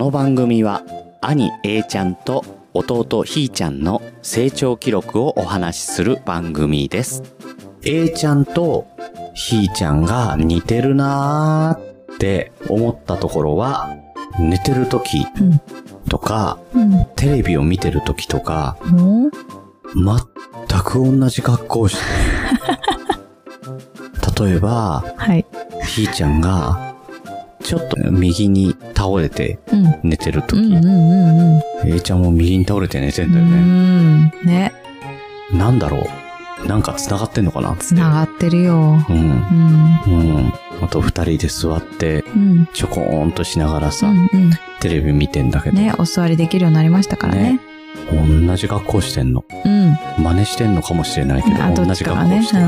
の番組は兄 A ちゃんと弟ひーちゃんの成長記録をお話しする番組です。A ちゃんとひーちゃんが似てるなーって思ったところは、寝てる時とか、テレビを見てる時とか、全く同じ格好をしてる。例えば、ひーちゃんがちょっと右に倒れて寝てる時、A ちゃんも右に倒れて寝てんだよね。 ね。 なんだろう。なんか繋がってんのかなって。 繋がってるよ。 あと二人で座って、ちょこーんとしながらさ、テレビ見てんだけど。 ね、お座りできるようになりましたからね。 同じ格好してんの。真似してんのかもしれないけど、同じ格好してる。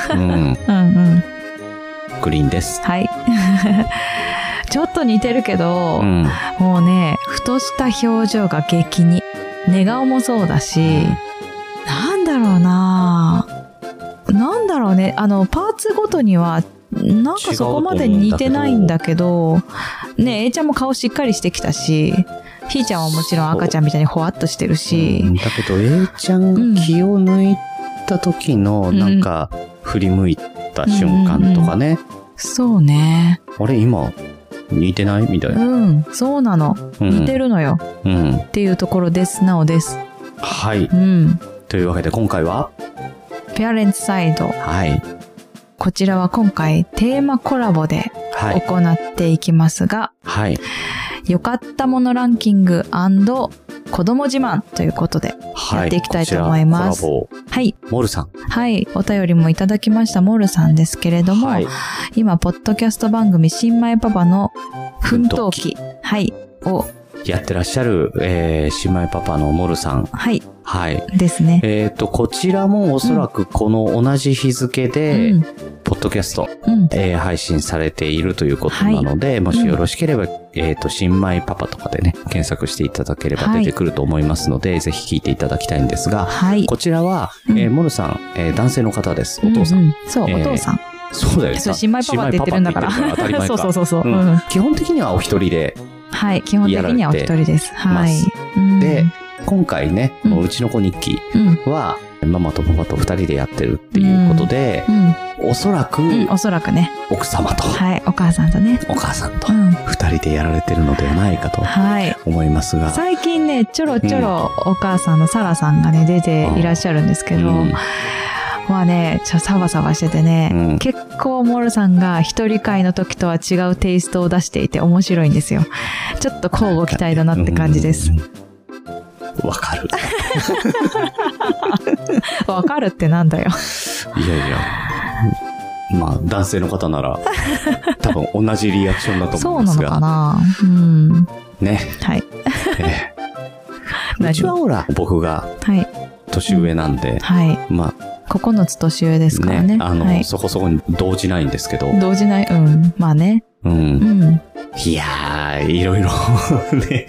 グリーンです。 はい。ちょっと似てるけど、もうね、ふとした表情が激似。寝顔もそうだし、なんだろうなぁ。なんだろうね、パーツごとには、なんかそこまで似てないんだけど、ね、A ちゃんも顔しっかりしてきたし、ひーちゃんはもちろん赤ちゃんみたいにほわっとしてるし。 だけど A ちゃんが気を抜いた時の、なんか、振り向いた瞬間とかね。 そうね。 あれ、今、似てないみたいな。 そうなの。似てるのよ。っていうところです。なおです。 はい。というわけで今回はペアレンツサイド。 はい。 こちらは今回テーマコラボで行っていきますが、 はい。 良かったものランキング&子供自慢ということでやっていきたいと思います。はい。 モルさん。 はい。お便りもいただきましたモルさんですけれども、今、ポッドキャスト番組新米パパの奮闘記、をやってらっしゃる、新米パパのモルさん。はい。 ですね。 こちらもおそらくこの同じ日付で、ポッドキャスト、配信されているということなので、もしよろしければ、新米パパとかでね、検索していただければ出てくると思いますので、ぜひ聞いていただきたいんですが、こちらは、モルさん、男性の方です。お父さん。 そう、お父さん。 そうだよね。 そう、新米パパって言ってるんだから。 当たり前か。 そう。 基本的にはお一人で。 はい、基本的にはお一人です。はい。 で、今回ね、うちの子日記は、ママとパパと二人でやってるっていうことで、おそらくね、奥様と、 お母さんとね、 お母さんと二人でやられてるのではないかと思いますが、 最近ね、ちょろちょろお母さんのサラさんがね、出ていらっしゃるんですけど、まあね、サバサバしててね、結構モルさんが一人会の時とは違うテイストを出していて面白いんですよ。ちょっと交互期待だなって感じです。 わかる。 わかるってなんだよ。 いやいや。まあ、男性の方なら、多分同じリアクションだと思うんですが。 そうなのかな。 ね。 はい。 うちはほら、僕が年上なんで、まあ、 9つ年上ですからね。 そこそこに動じないんですけど。 動じない。まあね。 いやー、いろいろね。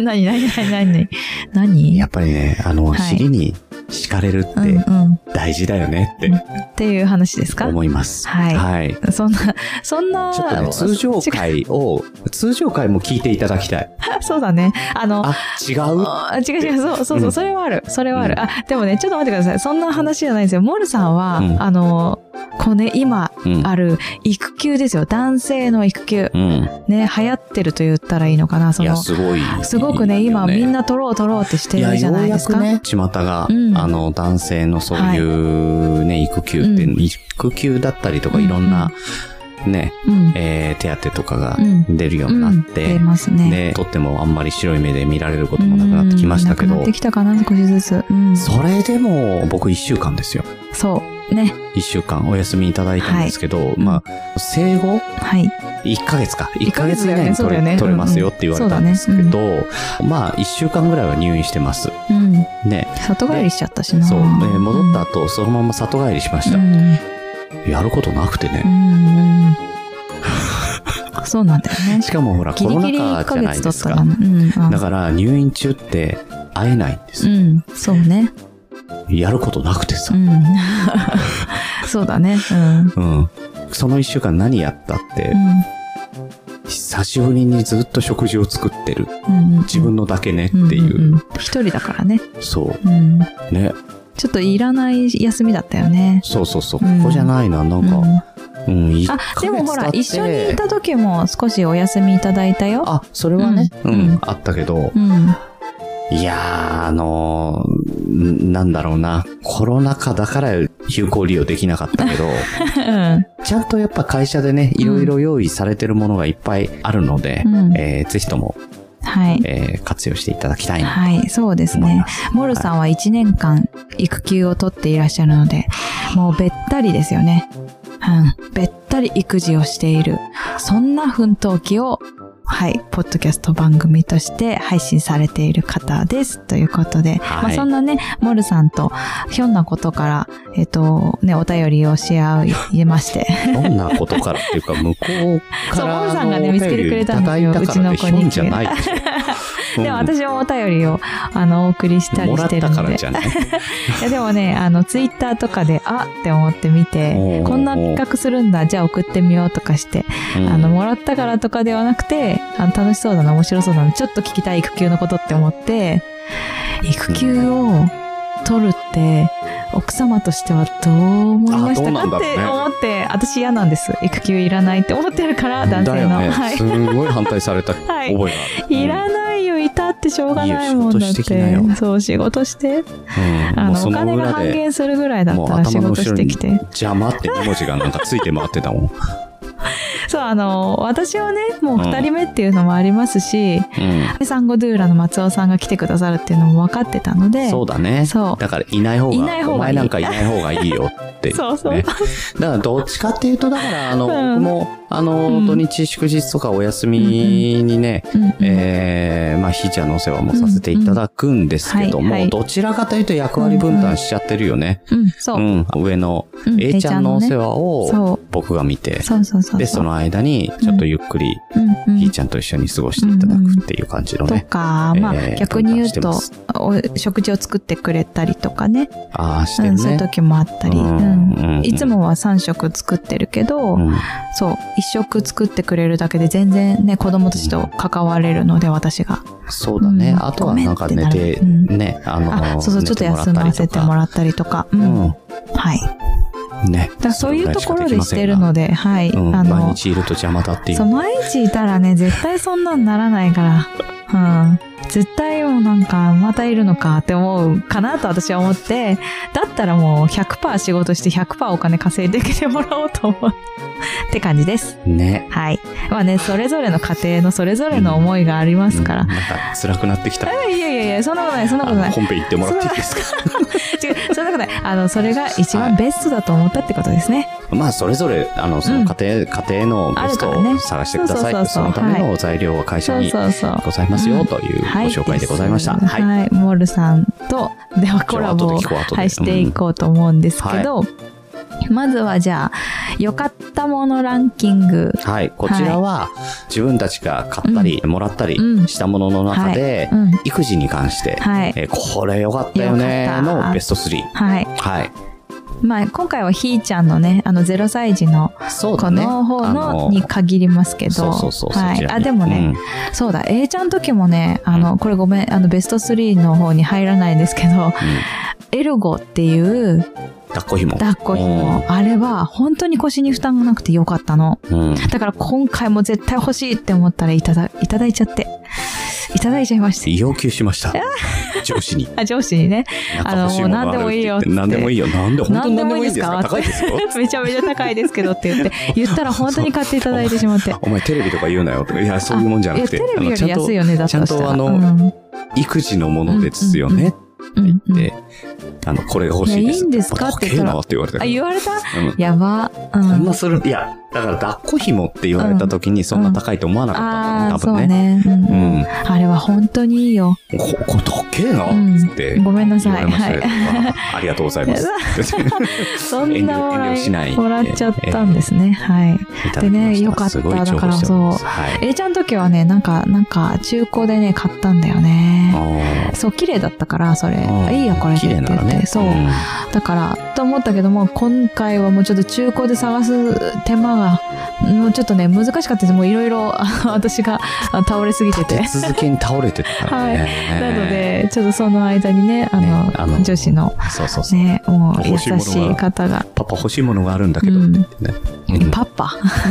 何やっぱりね、尻に敷かれるって大事だよねって。 っていう話ですか？ 思います。 はい。そんな、 ちょっとね、通常回も聞いていただきたい。 そうだね。 違う？ 違う。そう、それはある。でもね、ちょっと待ってください。そんな話じゃないんですよ。モルさんは、こうね、今ある育休ですよ。男性の育休。ね、流行ってると言ったらいいのかな。 いや、すごい。 すごくね、今みんな取ろうってしてるじゃないですか。 ようやくね、巷が、男性のそういうね、育休って、育休だったりとかいろんな、ね、手当とかが出るようになって、 出ますね。 で、とってもあんまり白い目で見られることもなくなってきましたけど。 なくなってきたかな、少しずつ。 それでも、僕1週間ですよ。 そう。ね。 1週間お休みいただいたんですけど、まあ、生後1ヶ月か。1ヶ月以内に取れますよって言われたんですけど、まあ、1週間ぐらいは入院してます。ね。 里帰りしちゃったしな。 そう。戻った後、そのまま里帰りしました。やることなくてね。 そうなんだよね。 しかもほら、コロナ禍じゃないですか。だから入院中って会えないんですよ。 そうね。 やることなくてさ。そうだね。 その1週間何やったって、久久しぶりにずっと食事を作ってる。自分のだけねっていう。 一人だからね。 そう。ね。 ちょっといらない休みだったよね。 そう。ここじゃないな、なんか。 でもほら、一緒にいた時も少しお休みいただいたよ。 あ、それはね、あったけど。いやー、なんだろうな。コロナ禍だから有効利用できなかったけど、ちゃんとやっぱ会社でね、いろいろ用意されてるものがいっぱいあるので、ぜひとも、活用していただきたいなと思います。 はい、そうですね。モルさんは1年間育休を取っていらっしゃるので、もうべったりですよね。べったり育児をしている。そんな奮闘記を、ポッドキャスト番組として配信されている方です。ということで、そんなね、モルさんとひょんなことから、お便りをし合いまして。 ひょんなことからっていうか、向こうからモルさんがね、見つけてくれたんですよ、うちの子に。 じゃないでしょ。 でも私もお便りをお送りしたりしてるので。 もらったからじゃない。いやでもね、ツイッターとかで、って思って見て、こんな企画するんだ、じゃあ送ってみようとかして、もらったからとかではなくて、楽しそうだな、面白そうだな、ちょっと聞きたい育休のことって思って、育休を取るって、奥様としてはどう思いましたかって思って、私嫌なんです。育休いらないって思ってるから、男性の。 すごい反対された覚えがある。 いらないよ、いたってしょうがないもんだって。そう、仕事して。お金が半減するぐらいだったら仕事してきて。 邪魔って2文字がなんかついて回ってたもん。 そう、私はね、もう2人目っていうのもありますし、サンゴドゥーラの松尾さんが来てくださるっていうのも分かってたので。 そうだね。 そう。 だからいない方が、お前なんかいない方がいいよって、ね。そう。だからどっちかっていうと、だから、僕も、土日祝日とかお休みにね、ひーちゃんのお世話もさせていただくんですけども、どちらかというと役割分担しちゃってるよね。 そう。 上の A ちゃんのお世話を僕が見て、で、その間にちょっとゆっくりひーちゃんと一緒に過ごしていただくっていう感じのね。 とか、逆に言うと、食事を作ってくれたりとかね。 してるね。 そういう時もあったり。いつもは3食作ってるけど、そう、1食作ってくれるだけで全然ね、子供たちと関われるので、私が。 そうだね。あとはなんか寝て、ね、 そう、ちょっと休ませてもらったりとか。はい。 ね。 だそういうところでしてるので、はい。 毎日いると邪魔だっていう。 そう、毎日いたらね、絶対そんなんならないから。絶対もうなんか、またいるのかって思うかなと私は思って、だったらもう 100% 仕事して 100% お金稼いできてもらおうと思う。って感じです。 ね。 はい。まあね、それぞれの家庭のそれぞれの思いがありますから。 なんか辛くなってきた。 いや、そんなことない、そんなことない。 本編行ってもらっていいですか？ 違う、そんなことない。それが一番ベストだと思ったってことですね。 まあ、それぞれ、その家庭のベストを探してください。そのための材料は会社にございますよというご紹介でございました。 はい。モールさんと、ではコラボをしていこうと思うんですけど、まずはじゃあ、良かったものランキング。 はい。こちらは、自分たちが買ったり、もらったりしたものの中で、育児に関して、これ良かったよねのベスト3。 はい。 はい。 まあ、今回はひーちゃんのね、0歳児の子の方のに限りますけど。 そう。 はい。でもね、そうだ、A ちゃん時もね、これごめん、ベスト3の方に入らないんですけど、エルゴっていう、 抱っこ紐。 あれは本当に腰に負担がなくてよかったの。だから今回も絶対欲しいって思ったらいただいちゃって。いただいちゃいました。 要求しました。上司に。 上司にね。もう何でもいいよって。 何でもいいよ。なんで本当に何でもいいですか？高いですよ。 めちゃめちゃ高いですけどって言ったら本当に買っていただいてしまって。 お前テレビとか言うなよとか。いや、そういうもんじゃなくて。 テレビより安いよね、だったら。 ちゃんと育児のものですよね。って言って、これが欲しいです。 いいんですかって言ったら。 って言われた。 言われた？やば。 こんなする。いや、だから抱っこ紐って言われた時にそんな高いと思わなかったんだ、多分ね。 そうね。あれは本当にいいよ。 これ高えなって。 ごめんなさい。 はい。ありがとうございます。 そんなもらっちゃったんですね。はい。でね、よかった。だからそう。A ちゃんの時はね、なんか中古でね、買ったんだよね。そう、綺麗だったから、それ。いいや、これって言って。そう。だから、 と思ったけども、今回はもうちょっと中古で探す手間が、もうちょっとね、難しかったです。もういろいろ、私が倒れすぎてて。 立て続けに倒れてたからね。 はい。なので、ちょっとその間にね、女子の、 そうそうそう。 ね、もう優しい方が。 パパ欲しいものがあるんだけど、って言ってね。 パパ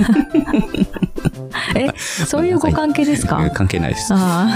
そういうご関係ですか？ 関係ないです。 はい。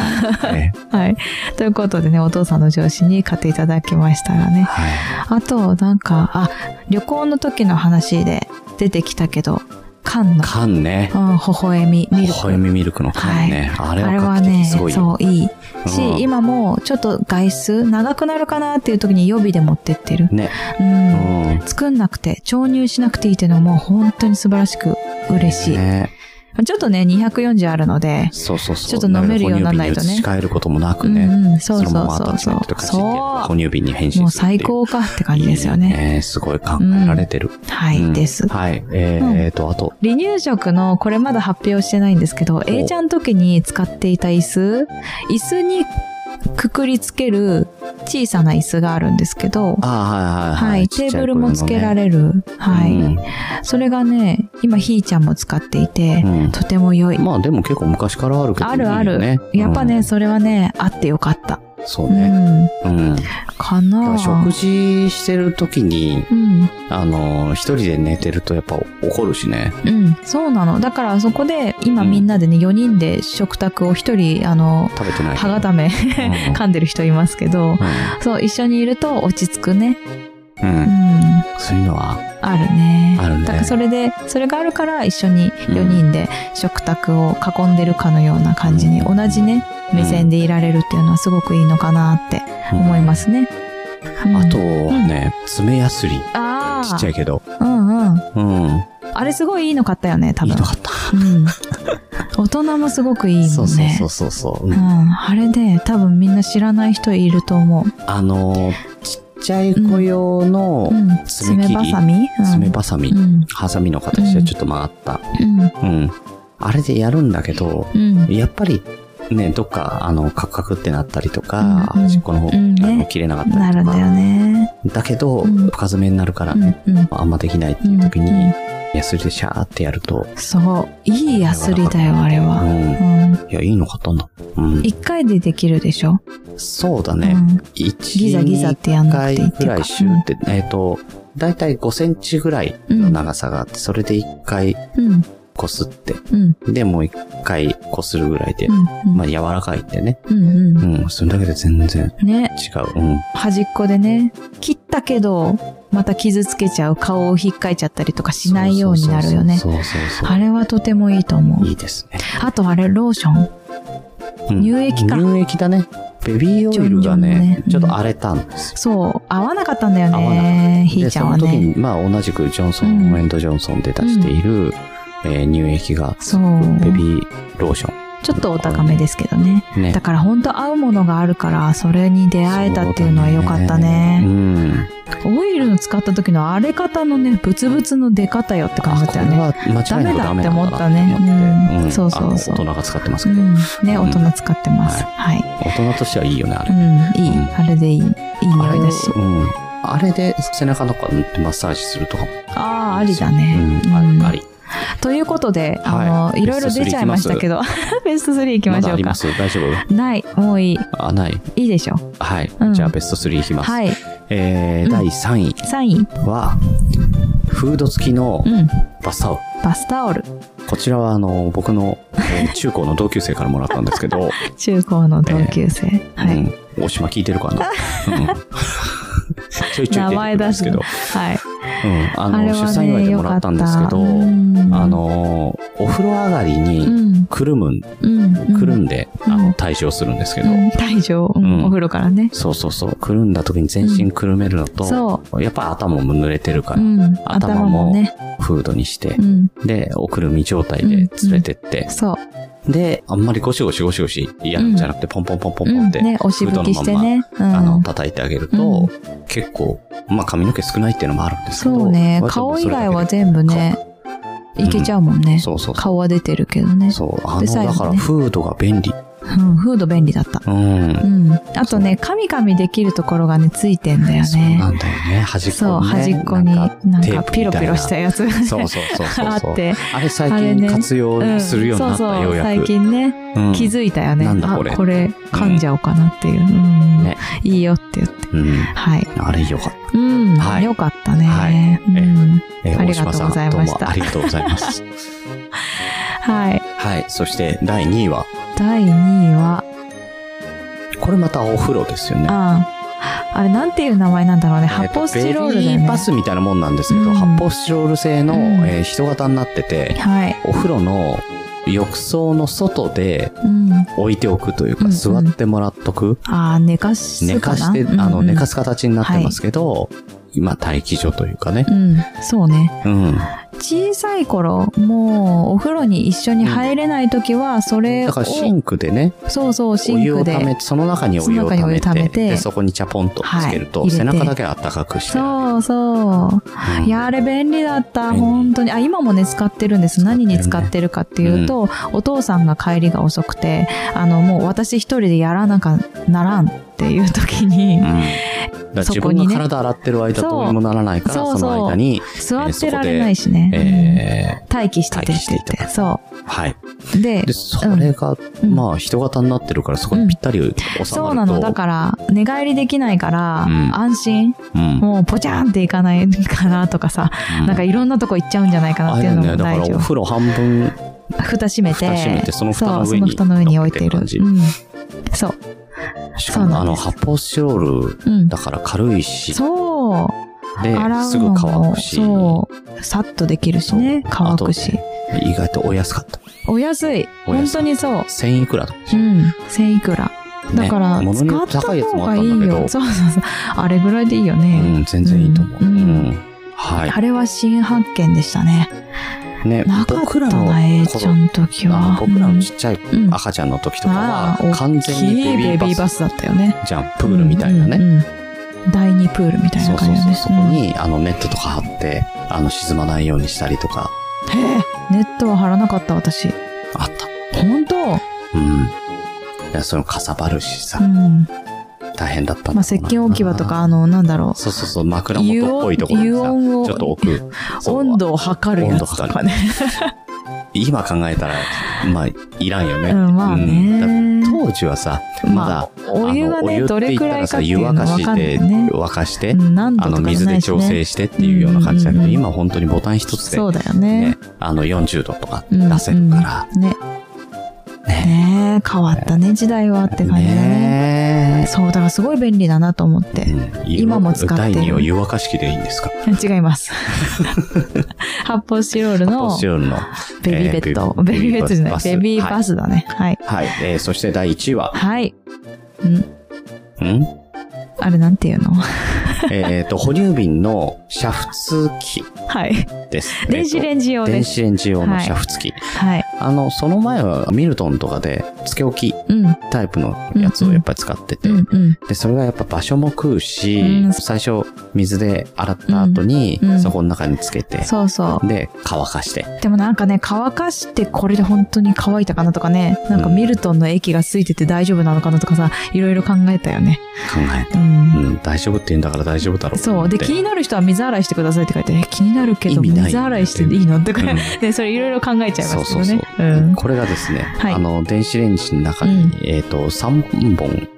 ということでね、お父さんの上司に買っていただきましたがね。はい、あと、なんか、旅行の時の話で出てきたけど、缶ね。 微笑みミルク。 微笑みミルクの缶ね。 はい、あれはね、そう、いい。し、今もちょっと外出長くなるかなっていう時に予備で持ってってる。 ね。 作んなくて、調入しなくていいっていうのも本当に素晴らしく嬉しい。ね。ちょっとね、240あるので、ちょっと飲めるようにならないとね。 持ち帰ることもなくね。 そう。 哺乳瓶に変身する。 もう最高かって感じですよね。 すごい考えられてる。 はい、です。 はい。あと。 離乳食の、これまだ発表してないんですけど、A ちゃん時に使っていた椅子にくくりつける小さな椅子があるんですけど、はい。テーブルもつけられる。はい。それがね、今ひーちゃんも使っていて、とても良い。 まあでも結構昔からあるけどね。 ある。やっぱね、それはね、あってよかった。 そうね。 かな。 食事してる時に、一人で寝てるとやっぱ怒るしね。 そうなの。だからそこで、今みんなでね、4人で食卓を1人、 食べてない。 歯固め噛んでる人いますけど、そう、一緒にいると落ち着くね。 そういうのはあるね。だからそれがあるから一緒に4人で食卓を囲んでるかのような感じに同じね、目線でいられるっていうのはすごくいいのかなって思いますね。 あとね、爪やすり。ちっちゃいけど。 あれすごいいいの買ったよね、多分。 いいの買った。 大人もすごくいいもんね。 そう。 あれで多分みんな知らない人いると思う。 ちっちゃい子用の爪切り。爪バサミ。ハサミの形でちょっと曲がった。あれでやるんだけど、やっぱりね、どっか、カクカクってなったりとか、端っこの方、切れなかったりとか。 なるんだよね。 だけど、深爪になるからね、あんまできないっていう時に、ヤスリでシャーってやると。 そう。いいヤスリだよ、あれは。 いや、いいの買ったんだ。 一回でできるでしょ？ そうだね。 ギザギザってやんなくていいっていうか。 1回ぐらいシューって、だいたい5センチぐらいの長さがあって、それで1回、こすって、で、もう一回こするぐらいで、まあ柔らかいんでね。それだけで全然違う。 端っこでね、切ったけど、また傷つけちゃう、顔を引っかいちゃったりとかしないようになるよね。あれはとてもいいと思う。 いいですね。 あとあれ、ローション。乳液か。 乳液だね。ベビーオイルがね、ちょっと荒れたんです。 そう。合わなかったんだよね。ひーちゃんはね。 その時に、まあ同じくジョンソン、ジョンソンで出している、乳液が、ベビーローション。 ちょっとお高めですけどね。だから本当合うものがあるから、それに出会えたっていうのは良かったね。オイルの使った時の荒れ方のね、ブツブツの出方よって感じだったよね。 これは間違いなくダメだって思ったね。そう。 大人が使ってますけど。 ね、大人使ってます。はい。 大人としてはいいよね、あれ。 いい。あれでいい。いい匂いだし。 あれで背中とか塗ってマッサージするとかも。 ありだね。あり。ということで、いろいろ出ちゃいましたけど、ベスト3いきましょうか。 まだあります？大丈夫？ ない。もういい。 ない。 いいでしょ。 はい。じゃあベスト3いきます。 はい。 第3位は、フード付きのバスタオル。 バスタオル。 こちらは僕の中高の同級生からもらったんですけど。 中高の同級生。はい。 大島聞いてるかな？ちょいちょい出てくるんですけど。 はい。 出産祝いでもらったんですけど、お風呂上がりにくるんで、退場するんですけど。 退場お風呂からね。 そう。くるんだ時に全身くるめるのと、やっぱ頭も濡れてるから、頭もフードにして、で、おくるみ状態で連れてって、で、あんまりゴシゴシやるんじゃなくて、ポンポンって、 ね、押し拭きしてね。 叩いてあげると、結構、まあ髪の毛少ないっていうのもあるんですけど。 そうね、顔以外は全部ね、いけちゃうもんね。顔は出てるけどね。 そう、だからフードが便利。 フード便利だった。あとね、カミカミできるところがね、ついてんだよね。 そうなんだよね。端っこにね。そう、 端っこになんかピロピロしたやつがね。 そうあって。 あれ最近活用するようになった、ようやく。 最近ね、気づいたよね。 なんだこれ。 これ噛んじゃおうかなっていう。ね。いいよって言って。はい。 あれよかった。 よかったね。 はい。 ありがとうございました。 ありがとうございます。 はい。 はい。そして第2位は第2位は、 これまたお風呂ですよね。 あれなんていう名前なんだろうね。発泡スチロールだよね。 ベビーバスみたいなもんなんですけど、発泡スチロール製の人型になってて、お風呂の浴槽の外で置いておくというか、座ってもらっとく。 寝かして、 寝かす形になってますけど、今待機所というかね。 そうね。小さい頃、もうお風呂に一緒に入れないときは、それを。 だからシンクでね。 そう、シンクで。 お湯を溜めて、その中にお湯を溜めて、で、そこにチャポンとつけると、背中だけ温かくして。 そう。いや、あれ便利だった。本当に。今もね、使ってるんです。何に使ってるかっていうと、お父さんが帰りが遅くて、もう私一人でやらなきゃならんっていう時に、 自分が体洗ってる間どうにもならないから、その間に。 座ってられないしね。待機してて。そう。 はい。で、それが、まあ、人型になってるから、そこにぴったり収まると。 そうなの。だから、寝返りできないから、安心。もう、ポチャーンっていかないかなとかさ、なんかいろんなとこ行っちゃうんじゃないかなっていうのも大丈夫。 だから、お風呂半分。 蓋閉めて、 その蓋の上に置いてる。そう。 しかも発泡スチロールだから軽いし。 そう。 で、すぐ乾くし。 そう。さっとできるしね。乾くし。 意外とお安かった。 お安い。本当にそう。 1000いくらとか。 1000いくら。だから、使った方がいいよ。そう。あれぐらいでいいよね。 全然いいと思う。はい。 あれは新発見でしたね。 ね、僕らのちゃんの時は。 僕らのちっちゃい赤ちゃんの時とかは、完全にベビーバスだったよね。 じゃん、プールみたいなね。 第2プールみたいな感じでね。 そこに、ネットとか張って、沈まないようにしたりとか。 ネットは張らなかった、私。 あった。 本当？ いや、それかさばるしさ。大変だったんだ。 石鹸置き場とか、なんだろう。 そう、枕元っぽいところにさ、ちょっと置く。 温度を測るやつとかね。 今考えたら、まあ、いらんよね。 まあね。 当時はさ、まだ、 お湯がね、どれくらいかっていうのが分かんないね。沸かして、水で調整してっていうような感じだけど、今本当にボタン一つで、 そうだよね。 40度とか出せるから。 ね変わったね、時代はって感じだね。そう、だからすごい便利だなと思って。今も使ってる。 第2は湯沸かし器でいいんですか？ 違います。発泡スチロールのベビーベッド。ベビーベッドじゃない。ベビーバスだね。はい。 はい。そして第1位は？ はい。あれなんていうの？ 哺乳瓶の煮沸機です。 電子レンジ用です。 電子レンジ用の煮沸機。はい。その前はミルトンとかで、つけ置きタイプのやつをやっぱり使ってて、で、それがやっぱ場所も食うし、最初水で洗った後に、そこの中につけて、で、乾かして。 でもなんかね、乾かしてこれで本当に乾いたかなとかね、なんかミルトンの液がついてて大丈夫なのかなとかさ、いろいろ考えたよね。 考えた。大丈夫って言うんだから大丈夫だろう。 そう。で、気になる人は水洗いしてくださいって書いて、気になるけど、水洗いしていいのってか、で、それいろいろ考えちゃいますよね。 これがですね、電子レンジの中に、3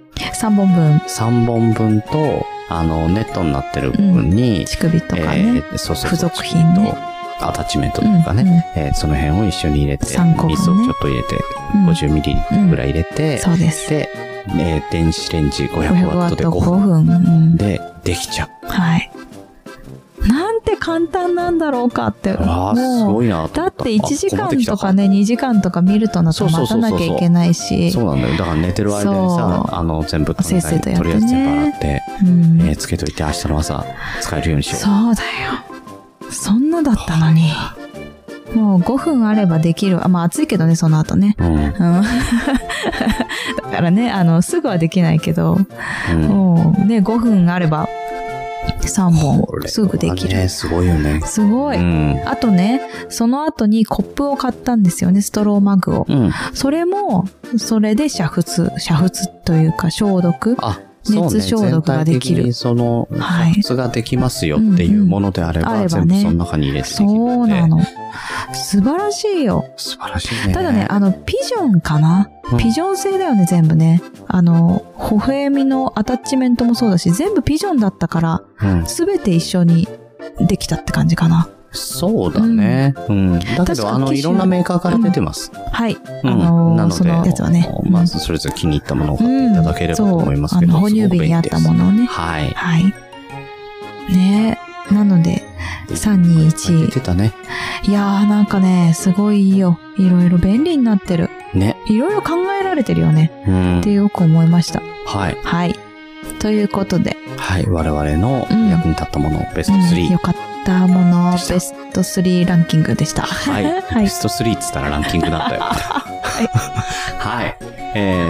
本分と、ネットになってる部分に、 乳首とかね、付属品ね。 アタッチメントとかね、その辺を一緒に入れて、水をちょっと入れて、50ミリぐらい入れて、 そうです。 で、電子レンジ500ワットで5分でできちゃう。 はい。なんて簡単なんだろうかって。 ああ、すごいな。 だって1時間とかね、2時間とか見るとなと待たなきゃいけないし。 そうなんだよ。だから寝てる間にさ、全部とりあえず全部洗って、つけといて明日の朝使えるようにしよう。 そうだよ。そんなだったのに。もう5分あればできる。まあ暑いけどね、その後ね。だからね、すぐはできないけど、もうね、5分あれば 3本すぐできる。 すごいよね。 すごい。あとね、その後にコップを買ったんですよね、ストローマグを。それも、それで煮沸というか消毒。熱消毒ができる。 煮沸ができますよっていうものであれば、全部その中に入れてできるので。 そうなの。素晴らしいよ。 素晴らしいね。 ただね、ピジョンかな、ピジョン製だよね、全部ね。微笑みのアタッチメントもそうだし、全部ピジョンだったから、すべて一緒にできたって感じかな。 そうだね。だけど、いろんなメーカーから出てます。 はい。 なので、 そのやつはね。 まずそれぞれ気に入ったものを買っていただければと思いますけど。 哺乳瓶にあったものをね。 はい。 はい。ねなので、321。 出てたね。 いやーなんかね、すごいいいよ。いろいろ便利になってる。 ね。 いろいろ考えられてるよね。ってよく思いました。 はい。 はい。ということで。 はい。我々の役に立ったもの、ベスト3。 よかったもの、ベスト3ランキングでした。 はい。ベスト3って言ったらランキングだったよ。はい。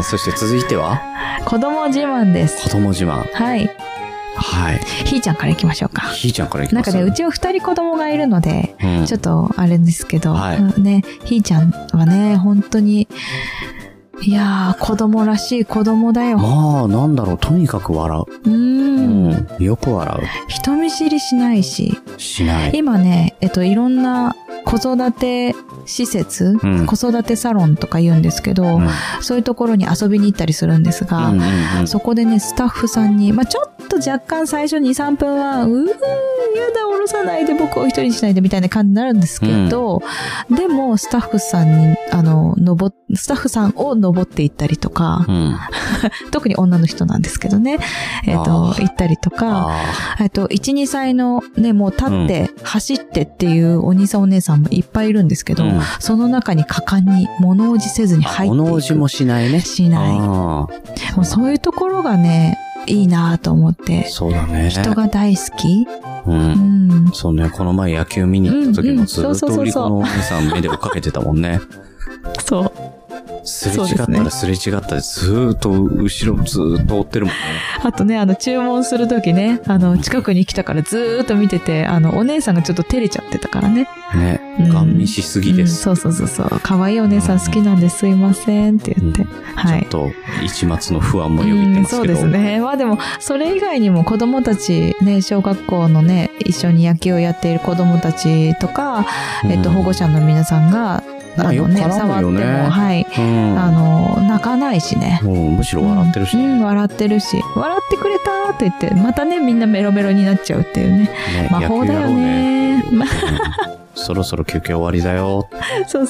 そして続いては子供自慢です。 子供自慢。 はい。 はい。 ひーちゃんから行きましょうか。 ひーちゃんから行きましょう。 なんかね、うちは2人子供がいるので、ちょっとあれですけど、ね、ひーちゃんはね、本当に、いやー、子供らしい子供だよ。 まあ、なんだろう、とにかく笑う。よく笑う。 人見知りしないし。 しない。 今ね、いろんな子育て施設、子育てサロンとか言うんですけど、そういうところに遊びに行ったりするんですが、そこでね、スタッフさんに、ちょっと若干最初2、3分は、やだ、下ろさないで僕を一人にしないでみたいな感じになるんですけど、でも、スタッフさんを登っていったりとか、特に女の人なんですけどね、行ったりとか、1、2歳のね、もう立って、走ってっていうお兄さんお姉さんもいっぱいいるんですけど、その中に果敢に物おじせずに入っていく。 物おじもしないね。 しない。もうそういうところがね、いいなと思って。 そうだね。 人が大好き。 そうね、この前野球見に行った時もずっと売り子のお兄さん目で追っかけてたもんね。 そう。 すれ違ったらすれ違ったで、ずーっと後ろずーっと追ってるもんね。 あとね、注文するときね、近くに来たからずーっと見てて、お姉さんがちょっと照れちゃってたからね。 ね、ガン見しすぎです。 そう。可愛いお姉さん好きなんですいませんって言って。はい。 ちょっと、一末の不安もよぎってますけど。 そうですね。まあでも、それ以外にも子供たち、ね、小学校のね、一緒に野球をやっている子供たちとか、保護者の皆さんが、触っても、はい。泣かないしね。 むしろ笑ってるし。 笑ってるし。笑ってくれたって言って、またね、みんなメロメロになっちゃうっていうね。魔法だよね。 そろそろ休憩終わりだよ。 そう、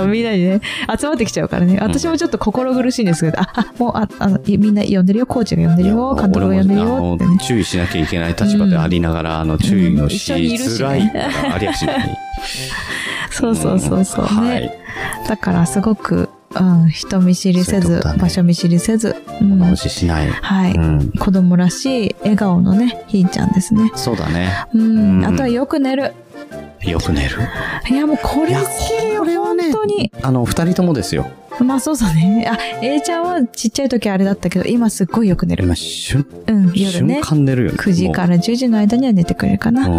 みんなにね、集まってきちゃうからね。私もちょっと心苦しいんですけど、もう、みんな呼んでるよ、コーチが呼んでるよ、監督が呼んでるよってね。 注意しなきゃいけない立場でありながら、注意をしづらいからありゃしない。 そうね。だからすごく、人見知りせず、場所見知りせず、 物おじしない。 はい。子供らしい笑顔のね、ひーちゃんですね。 そうだね。 あとはよく寝る。 よく寝る。 いやもうこれ好きよ、本当に。 二人ともですよ。 まあそうだね。A ちゃんはちっちゃい時あれだったけど、今すっごいよく寝る。 今夜ね。 瞬間寝るよね。 9時から10時の間には寝てくれるかな。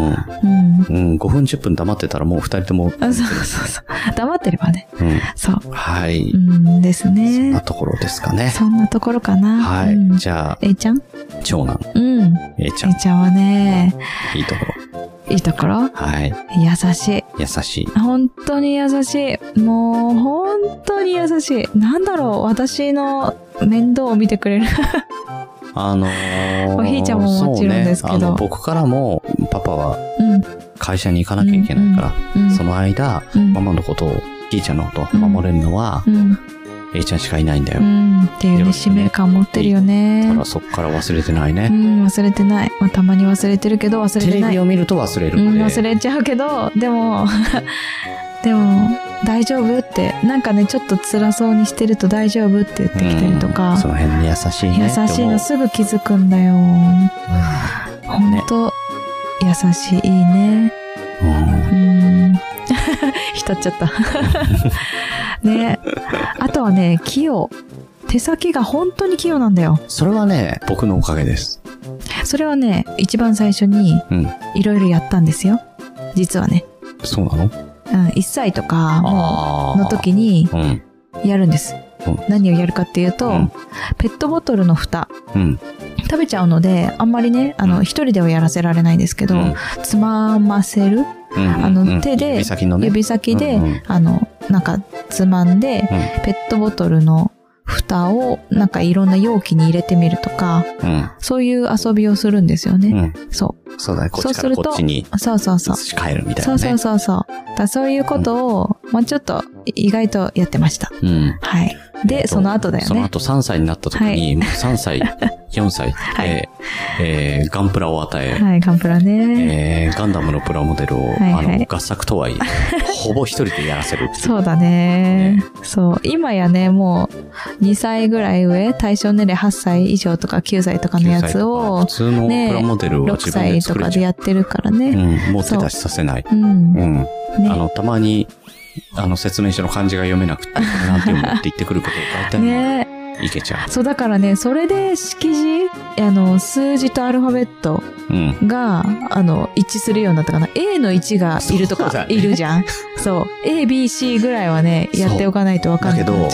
5分10分黙ってたらもう二人とも。 そう。黙ってればね。そう。 はい。 ですね。 そんなところですかね。 そんなところかな。 はい。じゃあ。 A ちゃん？ 長男。A ちゃん。 A ちゃんはね。 いいところ。 いいところ？ はい。 優しい。 優しい。 本当に優しい。もう、本当に優しい。なんだろう、私の面倒を見てくれる。おひーちゃんももちろんですけど。 僕からも、パパは、会社に行かなきゃいけないから、その間、ママのことを、ひーちゃんのことを守れるのは、A ちゃんしかいないんだよ。 っていうね、使命感持ってるよね。 だからそっから忘れてないね。 忘れてない。たまに忘れてるけど忘れてない。 テレビを見ると忘れるんで。 忘れちゃうけど、でも、大丈夫って、なんかね、ちょっと辛そうにしてると大丈夫って言ってきたりとか。 その辺に優しいね。 優しいのすぐ気づくんだよ。ほんと、優しいね。浸っちゃった。ね。あとはね、器用。手先が本当に器用なんだよ。 それはね、僕のおかげです。 それはね、一番最初にいろいろやったんですよ。実はね。 そうなの？ 1歳とかの時にやるんです。何をやるかっていうと、ペットボトルの蓋、食べちゃうので、あんまりね、一人ではやらせられないんですけど、つまませる、手で、指先で、なんかつまんで、ペットボトルの蓋をなんかいろんな容器に入れてみるとか、そういう遊びをするんですよね。そう。 そうだね。こっちからこっちに。 そうそうそう。 移し替えるみたいなね。 だそういうことを、まあちょっと意外とやってました。はい。で、その後だよね。 その後3歳になった時に、3歳、4歳で、ガンプラを与え、 はい、ガンプラね。 ガンダムのプラモデルを、合作とはいえ、ほぼ一人でやらせるっていう。 そうだね。そう。今やね、もう、2歳ぐらい上、対象年齢8歳以上とか9歳とかのやつを、 普通のプラモデルは自分で作れちゃう。 6歳とかでやってるからね。 もう手出しさせない。たまに、説明書の漢字が読めなくて、なんて読むって言ってくることを大体ね、いけちゃう。 そう、だからね、それで識字、数字とアルファベットが、一致するようになったかな。A の1がいるとか、いるじゃん。そう。A、B、C ぐらいはね、やっておかないとわかんない。だけど、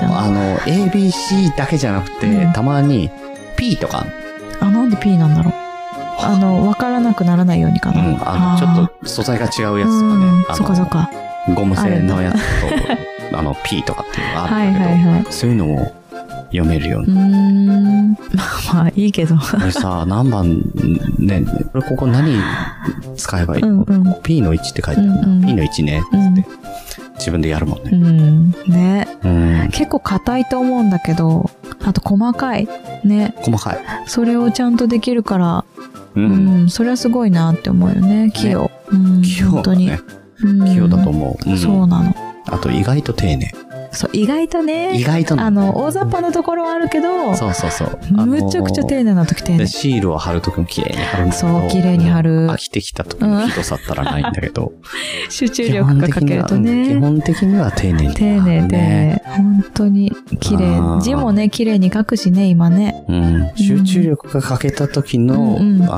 A、B、C だけじゃなくて、たまに P とか。 なんで P なんだろう。わからなくならないようにかな。 ちょっと素材が違うやつとかね。 そっかそっか。 ゴム製のやつと、P とかっていうのがあるんだけど、そういうのも読めるように。 まあいいけど。 これさ、何番ね、これここ何使えばいいの？ P の1って書いてあるな。P の1ね。って自分でやるもんね。 ね。結構硬いと思うんだけど、あと細かい。ね。 細かい。 それをちゃんとできるから、それはすごいなって思うよね。器用。 器用だね。器用だと思う。 そうなの。 あと意外と丁寧。 そう、意外とね。 意外とね。 大雑把なところはあるけど、 そうそうそう。 むちゃくちゃ丁寧な時丁寧。 シールを貼るときも綺麗に貼るんだけど。 そう、綺麗に貼る。 飽きてきた時のひどさったらないんだけど。 集中力がかけるとね。 基本的には丁寧に。 丁寧で、本当に綺麗。字もね、綺麗に書くしね、今ね。 集中力が欠けた時の、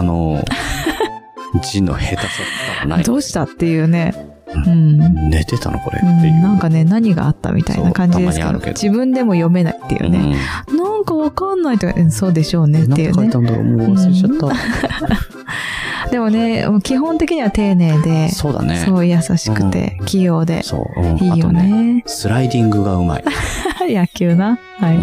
字の下手さったらない。 どうしたっていうね。 寝てたのこれっていう。 なんかね、何があったみたいな感じですけど、自分でも読めないっていうね。なんかわかんないとか、そうでしょうねっていうね。 何て書いたんだろう、もう忘れちゃった。 でもね、基本的には丁寧で、 そうだね。 そう優しくて、器用で、 そう、 いいよね。 スライディングがうまい。 野球な。はい。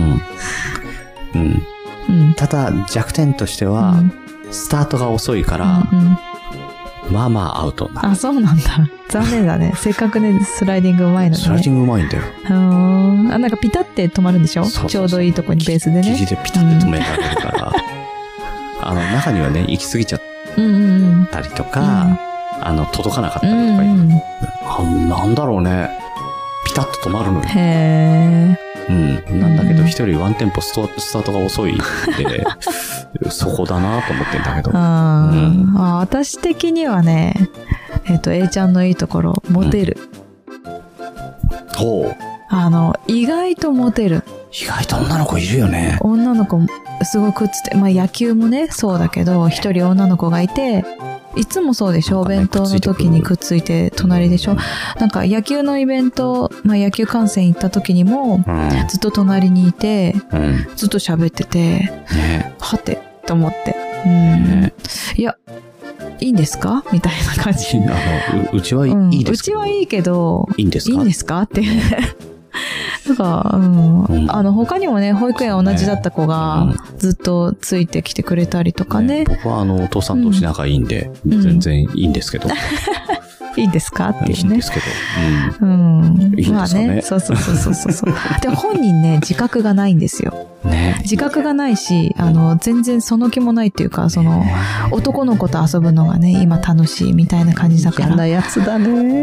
ただ弱点としては、スタートが遅いから、まあまあアウトな。 そうなんだ。残念だね。せっかくね、スライディングうまいのね。 スライディングうまいんだよ。 なんかピタって止まるんでしょ？ちょうどいいとこにベースでね。 生地でピタって止められるから。中にはね、行き過ぎちゃったりとか、届かなかったりとかなんだろうね。ピタッと止まるのよ。 へー。 なんだけど一人ワンテンポスタートが遅いんで、そこだなと思ってんだけど。 私的にはね、A ちゃんのいいところ、モテる。 ほう。 意外とモテる。 意外と女の子いるよね。 女の子すごくつって、まあ野球もね、そうだけど、一人女の子がいて、いつもそうでしょ、お弁当の時にくっついて隣でしょ。なんか野球のイベント、まあ野球観戦行った時にも、ずっと隣にいて、ずっと喋ってて、はて、と思って。いや、いいんですかみたいな感じ。 うちはいいですか？ うちはいいけど、 いいんですかって。なんか、他にもね、保育園同じだった子がずっとついてきてくれたりとかね。 僕はお父さん同士仲いいんで、全然いいんですけど。 いいんですかっていうね。 いいんですけど。 まあね。そう。で、本人ね、自覚がないんですよ。自覚がないし、全然その気もないっていうか、男の子と遊ぶのがね、今楽しいみたいな感じだから。 嫌なやつだね。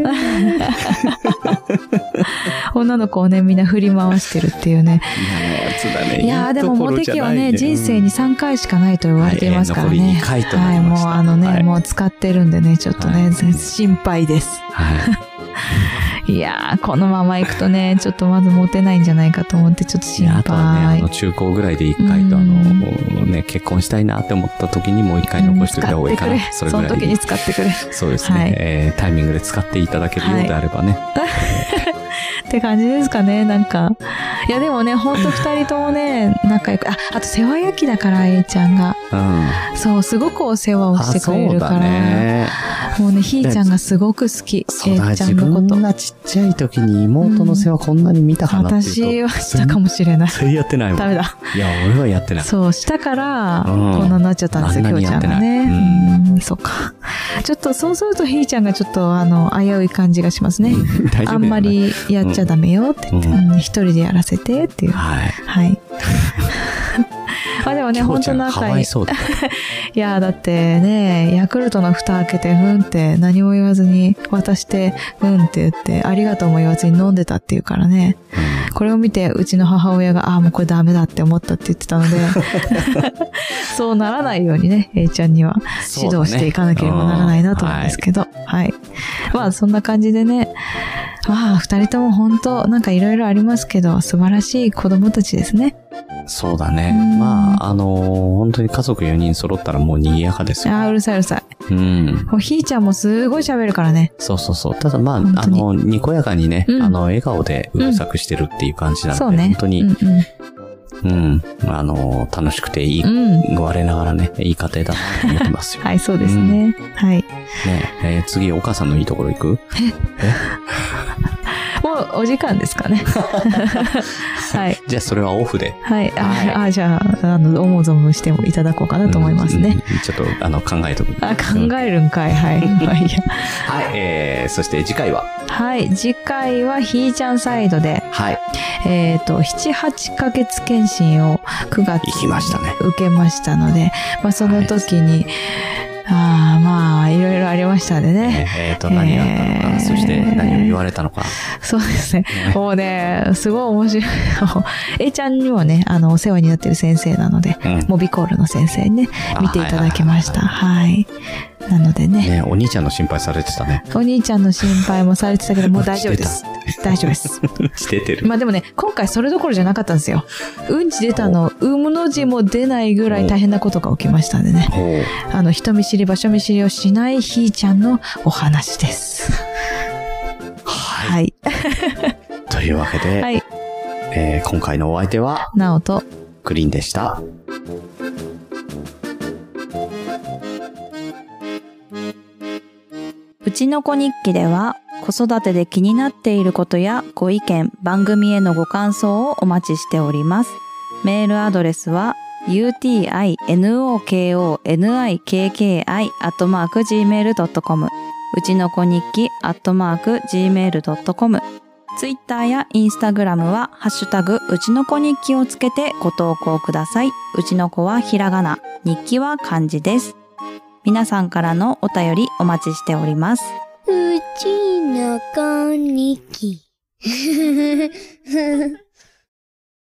女の子をね、みんな振り回してるっていうね。 嫌なやつだね。 いやー、でもモテ期はね、人生に3回しかないと言われていますからね。 残り2回となりました。 もうもう使ってるんでね、ちょっとね、心配です。 いやー、このまま行くとね、ちょっとまずモテないんじゃないかと思ってちょっと心配。 あとはね、中高ぐらいで一回とね、結婚したいなって思った時にもう一回残しておいた方がいいかな。それぐらい。 その時に使ってくれ。 そうですね。タイミングで使っていただけるようであればね。 って感じですかね、なんか。いやでもね、ほんと二人ともね、仲良く、あと世話焼きだから、A ちゃんが。そう、すごくお世話をしてくれるから。もうね、ひーちゃんがすごく好き。A ちゃんのこと。 自分がちっちゃい時に妹の世話こんなに見たかなっていうと。 私はしたかもしれない。 それやってないもん。 ダメだ。 いや、俺はやってない。 そう、したから、こんなになっちゃったんですよ、きょうちゃんがね。そうか。ちょっと、そうするとひーちゃんがちょっと、危うい感じがしますね。あんまりやっちゃダメよって言って、一人でやらせてっていう。はい。まあでもね、本当仲いい。いや、だってね、ヤクルトの蓋開けて、って何も言わずに渡して、って言って、ありがとうも言わずに飲んでたっていうからね。これを見て、うちの母親が、もうこれダメだって思ったって言ってたので、そうならないようにね、A ちゃんには指導していかなければならないなと思うんですけど、はい。まあそんな感じでね、まあ二人とも本当なんかいろいろありますけど、素晴らしい子供たちですね。 そうだね。まあ、本当に家族4人揃ったらもう賑やかですよ。 うるさい。もうひーちゃんもすごい喋るからね。 そう。ただまあ、にこやかにね、笑顔でうるさくしてるっていう感じなので、本当に、楽しくていい、我ながらね、いい家庭だなと思ってますよ。 はい、そうですね。はい。 ね、次、お母さんのいいところ行く？ もうお時間ですかね。はい。 じゃあそれはオフで。 はい。じゃあ、思う存分してもいただこうかなと思いますね。 ちょっと、考えとく。 考えるんかい。はい。 はい。そして次回は？ はい。次回はひーちゃんサイドで。はい。7、8ヶ月検診を9月に受けましたので、まあその時に、まあ、いろいろありましたんでね。 何があったのか、そして何を言われたのか。 そうですね。もうね、すごい面白い。A ちゃんにもね、お世話になってる先生なので、モビコールの先生にね、見ていただきました。はい。なのでね。 お兄ちゃんの心配されてたね。 お兄ちゃんの心配もされてたけど、もう大丈夫です。大丈夫です。 しててる。 まあでもね、今回それどころじゃなかったんですよ。うんち出たの、の字も出ないぐらい大変なことが起きましたんでね。人見知り、場所見知りをしないひーちゃんのお話です。はい。 というわけで、今回のお相手は、 なおと、 クリンでした。 うちの子日記では、子育てで気になっていることやご意見、番組へのご感想をお待ちしております。メールアドレスは、utinokonni@gmail.com うちの子日記@gmail.com ツイッターやインスタグラムはハッシュタグうちの子日記をつけてご投稿ください。うちの子はひらがな、日記は漢字です。皆さんからのお便りお待ちしております。 うちの子日記